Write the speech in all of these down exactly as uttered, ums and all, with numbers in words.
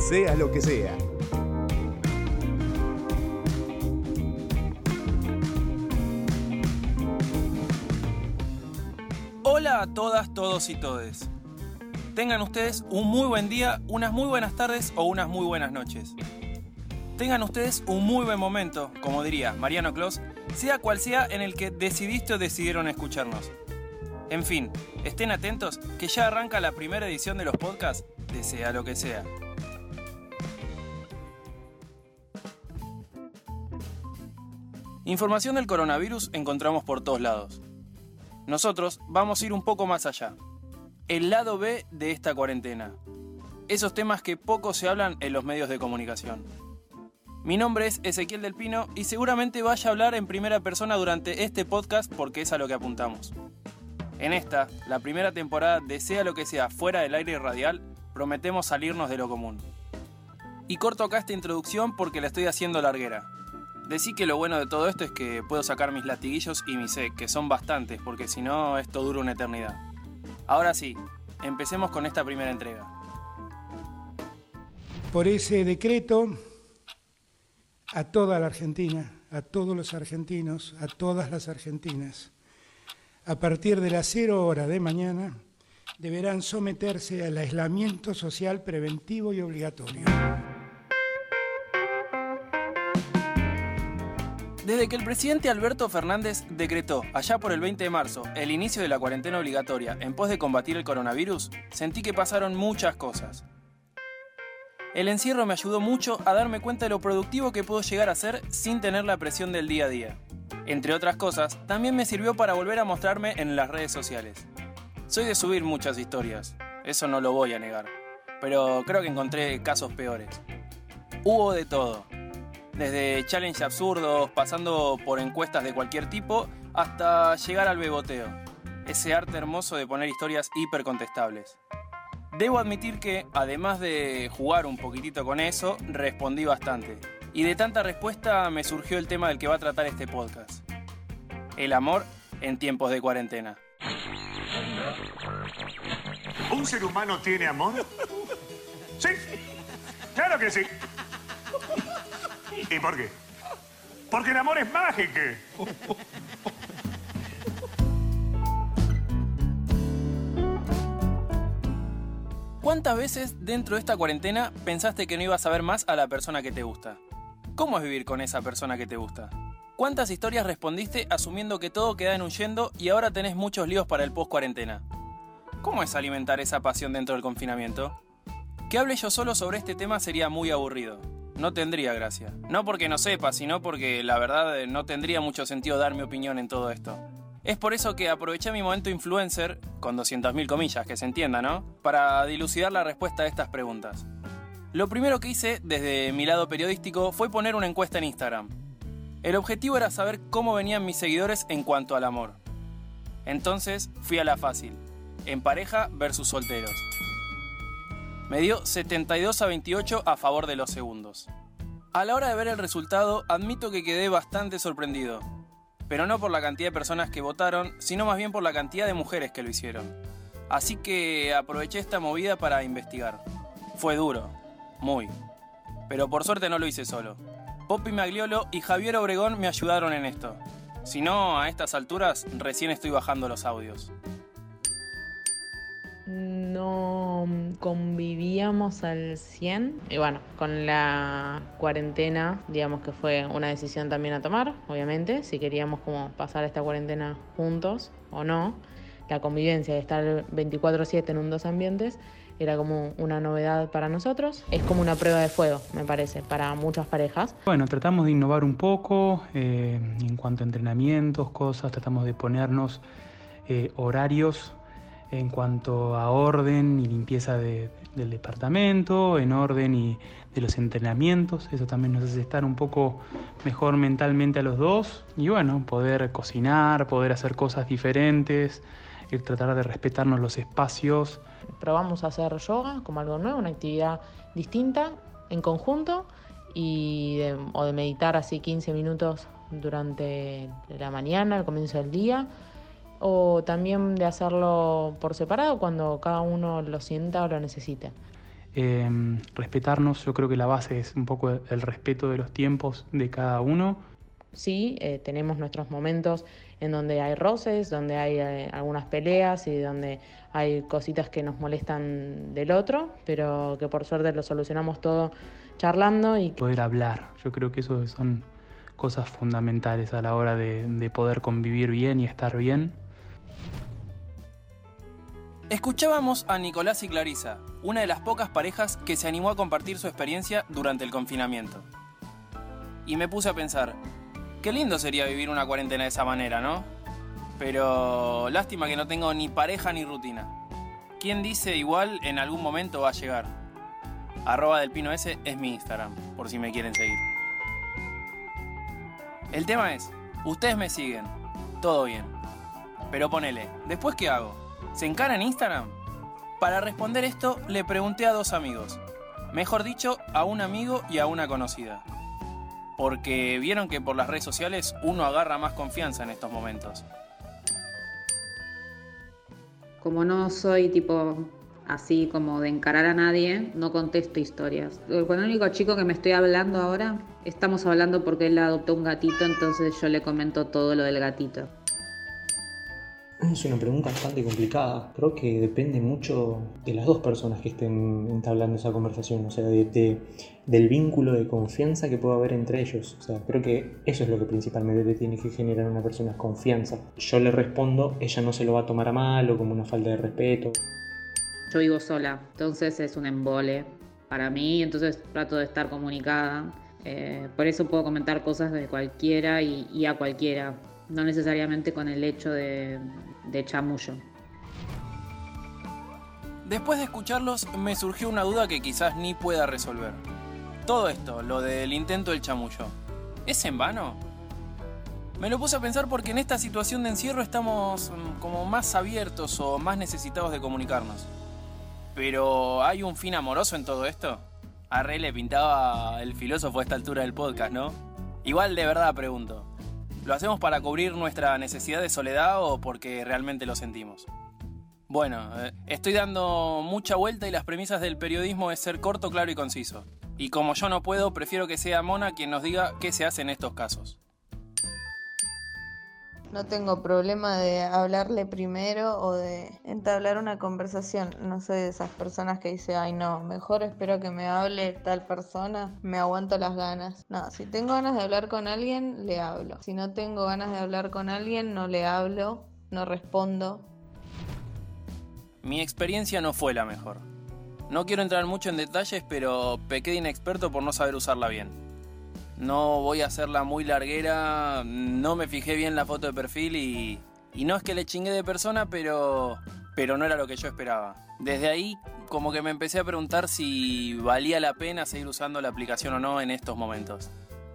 sea lo que sea. Hola a todas, todos y todes. Tengan ustedes un muy buen día, unas muy buenas tardes o unas muy buenas noches. Tengan ustedes un muy buen momento, como diría Mariano Clos, sea cual sea en el que decidiste o decidieron escucharnos. En fin, estén atentos que ya arranca la primera edición de los podcasts de Sea lo que sea. Información del coronavirus encontramos por todos lados. Nosotros vamos a ir un poco más allá. El lado B de esta cuarentena. Esos temas que poco se hablan en los medios de comunicación. Mi nombre es Ezequiel del Pino y seguramente vaya a hablar en primera persona durante este podcast porque es a lo que apuntamos. En esta, la primera temporada de Sea lo que sea fuera del aire radial, prometemos salirnos de lo común. Y corto acá esta introducción porque la estoy haciendo larguera. Decí que lo bueno de todo esto es que puedo sacar mis latiguillos y mi sed, que son bastantes, porque si no, esto dura una eternidad. Ahora sí, empecemos con esta primera entrega. Por ese decreto, a toda la Argentina, a todos los argentinos, a todas las argentinas, a partir de las cero hora de mañana, deberán someterse al aislamiento social preventivo y obligatorio. Desde que el presidente Alberto Fernández decretó, allá por el veinte de marzo, el inicio de la cuarentena obligatoria en pos de combatir el coronavirus, sentí que pasaron muchas cosas. El encierro me ayudó mucho a darme cuenta de lo productivo que puedo llegar a ser sin tener la presión del día a día. Entre otras cosas, también me sirvió para volver a mostrarme en las redes sociales. Soy de subir muchas historias, eso no lo voy a negar, pero creo que encontré casos peores. Hubo de todo. Desde challenge absurdos, pasando por encuestas de cualquier tipo, hasta llegar al beboteo. Ese arte hermoso de poner historias hipercontestables. Debo admitir que, además de jugar un poquitito con eso, respondí bastante. Y de tanta respuesta me surgió el tema del que va a tratar este podcast. El amor en tiempos de cuarentena. ¿Un ser humano tiene amor? Sí, claro que sí. ¿Y por qué? Porque el amor es mágico. ¿Cuántas veces dentro de esta cuarentena pensaste que no ibas a ver más a la persona que te gusta? ¿Cómo es vivir con esa persona que te gusta? ¿Cuántas historias respondiste asumiendo que todo queda en un yendo y ahora tenés muchos líos para el post-cuarentena? ¿Cómo es alimentar esa pasión dentro del confinamiento? Que hable yo solo sobre este tema sería muy aburrido. No tendría gracia. No porque no sepa, sino porque la verdad no tendría mucho sentido dar mi opinión en todo esto. Es por eso que aproveché mi momento influencer, con doscientas mil comillas, que se entienda, ¿no? Para dilucidar la respuesta a estas preguntas. Lo primero que hice, desde mi lado periodístico, fue poner una encuesta en Instagram. El objetivo era saber cómo venían mis seguidores en cuanto al amor. Entonces, fui a la fácil. En pareja versus solteros. Me dio setenta y dos a veintiocho a favor de los segundos. A la hora de ver el resultado, admito que quedé bastante sorprendido. Pero no por la cantidad de personas que votaron, sino más bien por la cantidad de mujeres que lo hicieron. Así que aproveché esta movida para investigar. Fue duro. Muy. Pero por suerte no lo hice solo. Poppy Magliolo y Javier Obregón me ayudaron en esto. Si no, a estas alturas, recién estoy bajando los audios. No convivíamos al cien y bueno, con la cuarentena, digamos que fue una decisión también a tomar, obviamente, si queríamos como pasar esta cuarentena juntos o no. La convivencia de estar veinticuatro siete en un dos ambientes era como una novedad para nosotros. Es como una prueba de fuego, me parece, para muchas parejas. Bueno, tratamos de innovar un poco eh, en cuanto a entrenamientos, cosas, tratamos de ponernos eh, horarios en cuanto a orden y limpieza de, del departamento, en orden y de los entrenamientos. Eso también nos hace estar un poco mejor mentalmente a los dos. Y bueno, poder cocinar, poder hacer cosas diferentes, el tratar de respetarnos los espacios. Probamos a hacer yoga como algo nuevo, una actividad distinta, en conjunto, y de, o de meditar así quince minutos durante la mañana, al comienzo del día, o también de hacerlo por separado cuando cada uno lo sienta o lo necesite. Eh, respetarnos, yo creo que la base es un poco el respeto de los tiempos de cada uno. Sí, eh, tenemos nuestros momentos en donde hay roces, donde hay eh, algunas peleas y donde hay cositas que nos molestan del otro, pero que por suerte lo solucionamos todo charlando y poder hablar. Yo creo que eso son cosas fundamentales a la hora de, de poder convivir bien y estar bien. Escuchábamos a Nicolás y Clarisa, una de las pocas parejas que se animó a compartir su experiencia durante el confinamiento. Y me puse a pensar, qué lindo sería vivir una cuarentena de esa manera, ¿no? Pero lástima que no tengo ni pareja ni rutina. ¿Quién dice igual en algún momento va a llegar? Arroba del Pino S es mi Instagram, por si me quieren seguir. El tema es, ustedes me siguen, todo bien. Pero ponele, ¿después qué hago? ¿Se encara en Instagram? Para responder esto, le pregunté a dos amigos. Mejor dicho, a un amigo y a una conocida. Porque vieron que por las redes sociales uno agarra más confianza en estos momentos. Como no soy tipo así como de encarar a nadie, no contesto historias. Con el único chico que me estoy hablando ahora, estamos hablando porque él adoptó un gatito, entonces yo le comento todo lo del gatito. Es una pregunta bastante complicada. Creo que depende mucho de las dos personas que estén entablando esa conversación, o sea, de, de, del vínculo de confianza que pueda haber entre ellos. O sea, creo que eso es lo que principalmente tiene que generar una persona, es confianza. Yo le respondo, ella no se lo va a tomar a mal o como una falta de respeto. Yo vivo sola, entonces es un embole para mí, entonces trato de estar comunicada. Eh, por eso puedo comentar cosas de cualquiera y, y a cualquiera. No necesariamente con el hecho de, de chamullo. Después de escucharlos, me surgió una duda que quizás ni pueda resolver. Todo esto, lo del intento del chamullo, ¿es en vano? Me lo puse a pensar porque en esta situación de encierro estamos como más abiertos o más necesitados de comunicarnos. Pero ¿hay un fin amoroso en todo esto? A Re le pintaba el filósofo a esta altura del podcast, ¿no? Igual de verdad pregunto. ¿Lo hacemos para cubrir nuestra necesidad de soledad o porque realmente lo sentimos? Bueno, eh, estoy dando mucha vuelta y las premisas del periodismo es ser corto, claro y conciso. Y como yo no puedo, prefiero que sea Mona quien nos diga qué se hace en estos casos. No tengo problema de hablarle primero o de entablar una conversación. No soy de esas personas que dice, ay no, mejor espero que me hable tal persona, me aguanto las ganas. No, si tengo ganas de hablar con alguien, le hablo. Si no tengo ganas de hablar con alguien, no le hablo, no respondo. Mi experiencia no fue la mejor. No quiero entrar mucho en detalles, pero pequé de inexperto por no saber usarla bien. No voy a hacerla muy larguera, no me fijé bien la foto de perfil y, y no es que le chingué de persona, pero, pero no era lo que yo esperaba. Desde ahí, como que me empecé a preguntar si valía la pena seguir usando la aplicación o no en estos momentos.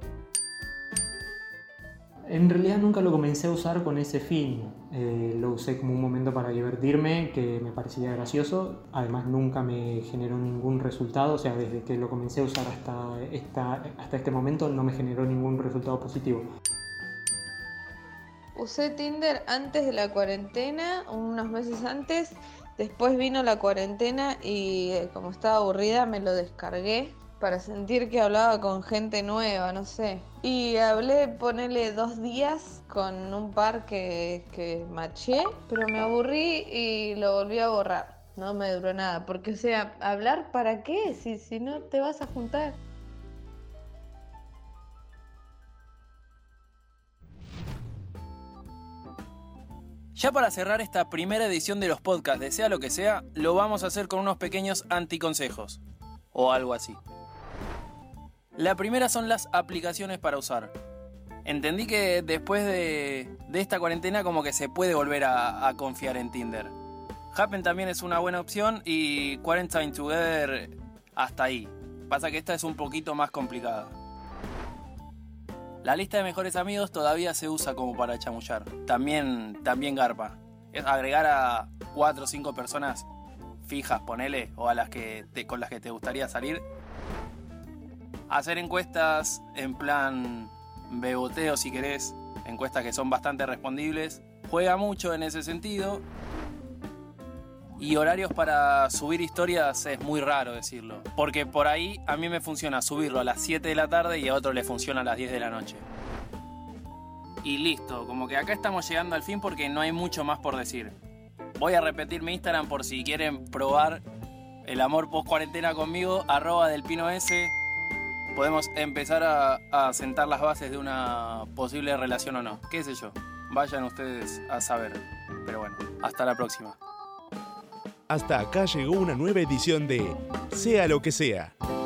En realidad nunca lo comencé a usar con ese fin. Eh, lo usé como un momento para divertirme, que me parecía gracioso. Además nunca me generó ningún resultado. O sea, desde que lo comencé a usar hasta, esta, hasta este momento no me generó ningún resultado positivo. Usé Tinder antes de la cuarentena, unos meses antes. Después vino la cuarentena y eh, como estaba aburrida me lo descargué para sentir que hablaba con gente nueva, no sé. Y hablé, ponele dos días con un par que, que maché, pero me aburrí y lo volví a borrar. No me duró nada, porque o sea, ¿hablar para qué? Si, si no te vas a juntar. Ya para cerrar esta primera edición de los podcasts de Sea lo que sea, lo vamos a hacer con unos pequeños anticonsejos. O algo así. La primera son las aplicaciones para usar. Entendí que después de, de esta cuarentena como que se puede volver a, a confiar en Tinder. Happen también es una buena opción y Quarantine Together hasta ahí. Pasa que esta es un poquito más complicada. La lista de mejores amigos todavía se usa como para chamullar. También, también garpa. Es agregar a cuatro o cinco personas fijas, ponele, o a las que te, con las que te gustaría salir. Hacer encuestas en plan beboteo si querés, encuestas que son bastante respondibles, juega mucho en ese sentido. Y horarios para subir historias es muy raro decirlo. Porque por ahí a mí me funciona subirlo a las siete de la tarde y a otro le funciona a las diez de la noche. Y listo, como que acá estamos llegando al fin porque no hay mucho más por decir. Voy a repetir mi Instagram por si quieren probar el amor post cuarentena conmigo, arroba del Pino S. Podemos empezar a, a sentar las bases de una posible relación o no. ¿Qué sé yo? Vayan ustedes a saber. Pero bueno, hasta la próxima. Hasta acá llegó una nueva edición de Sea lo que sea.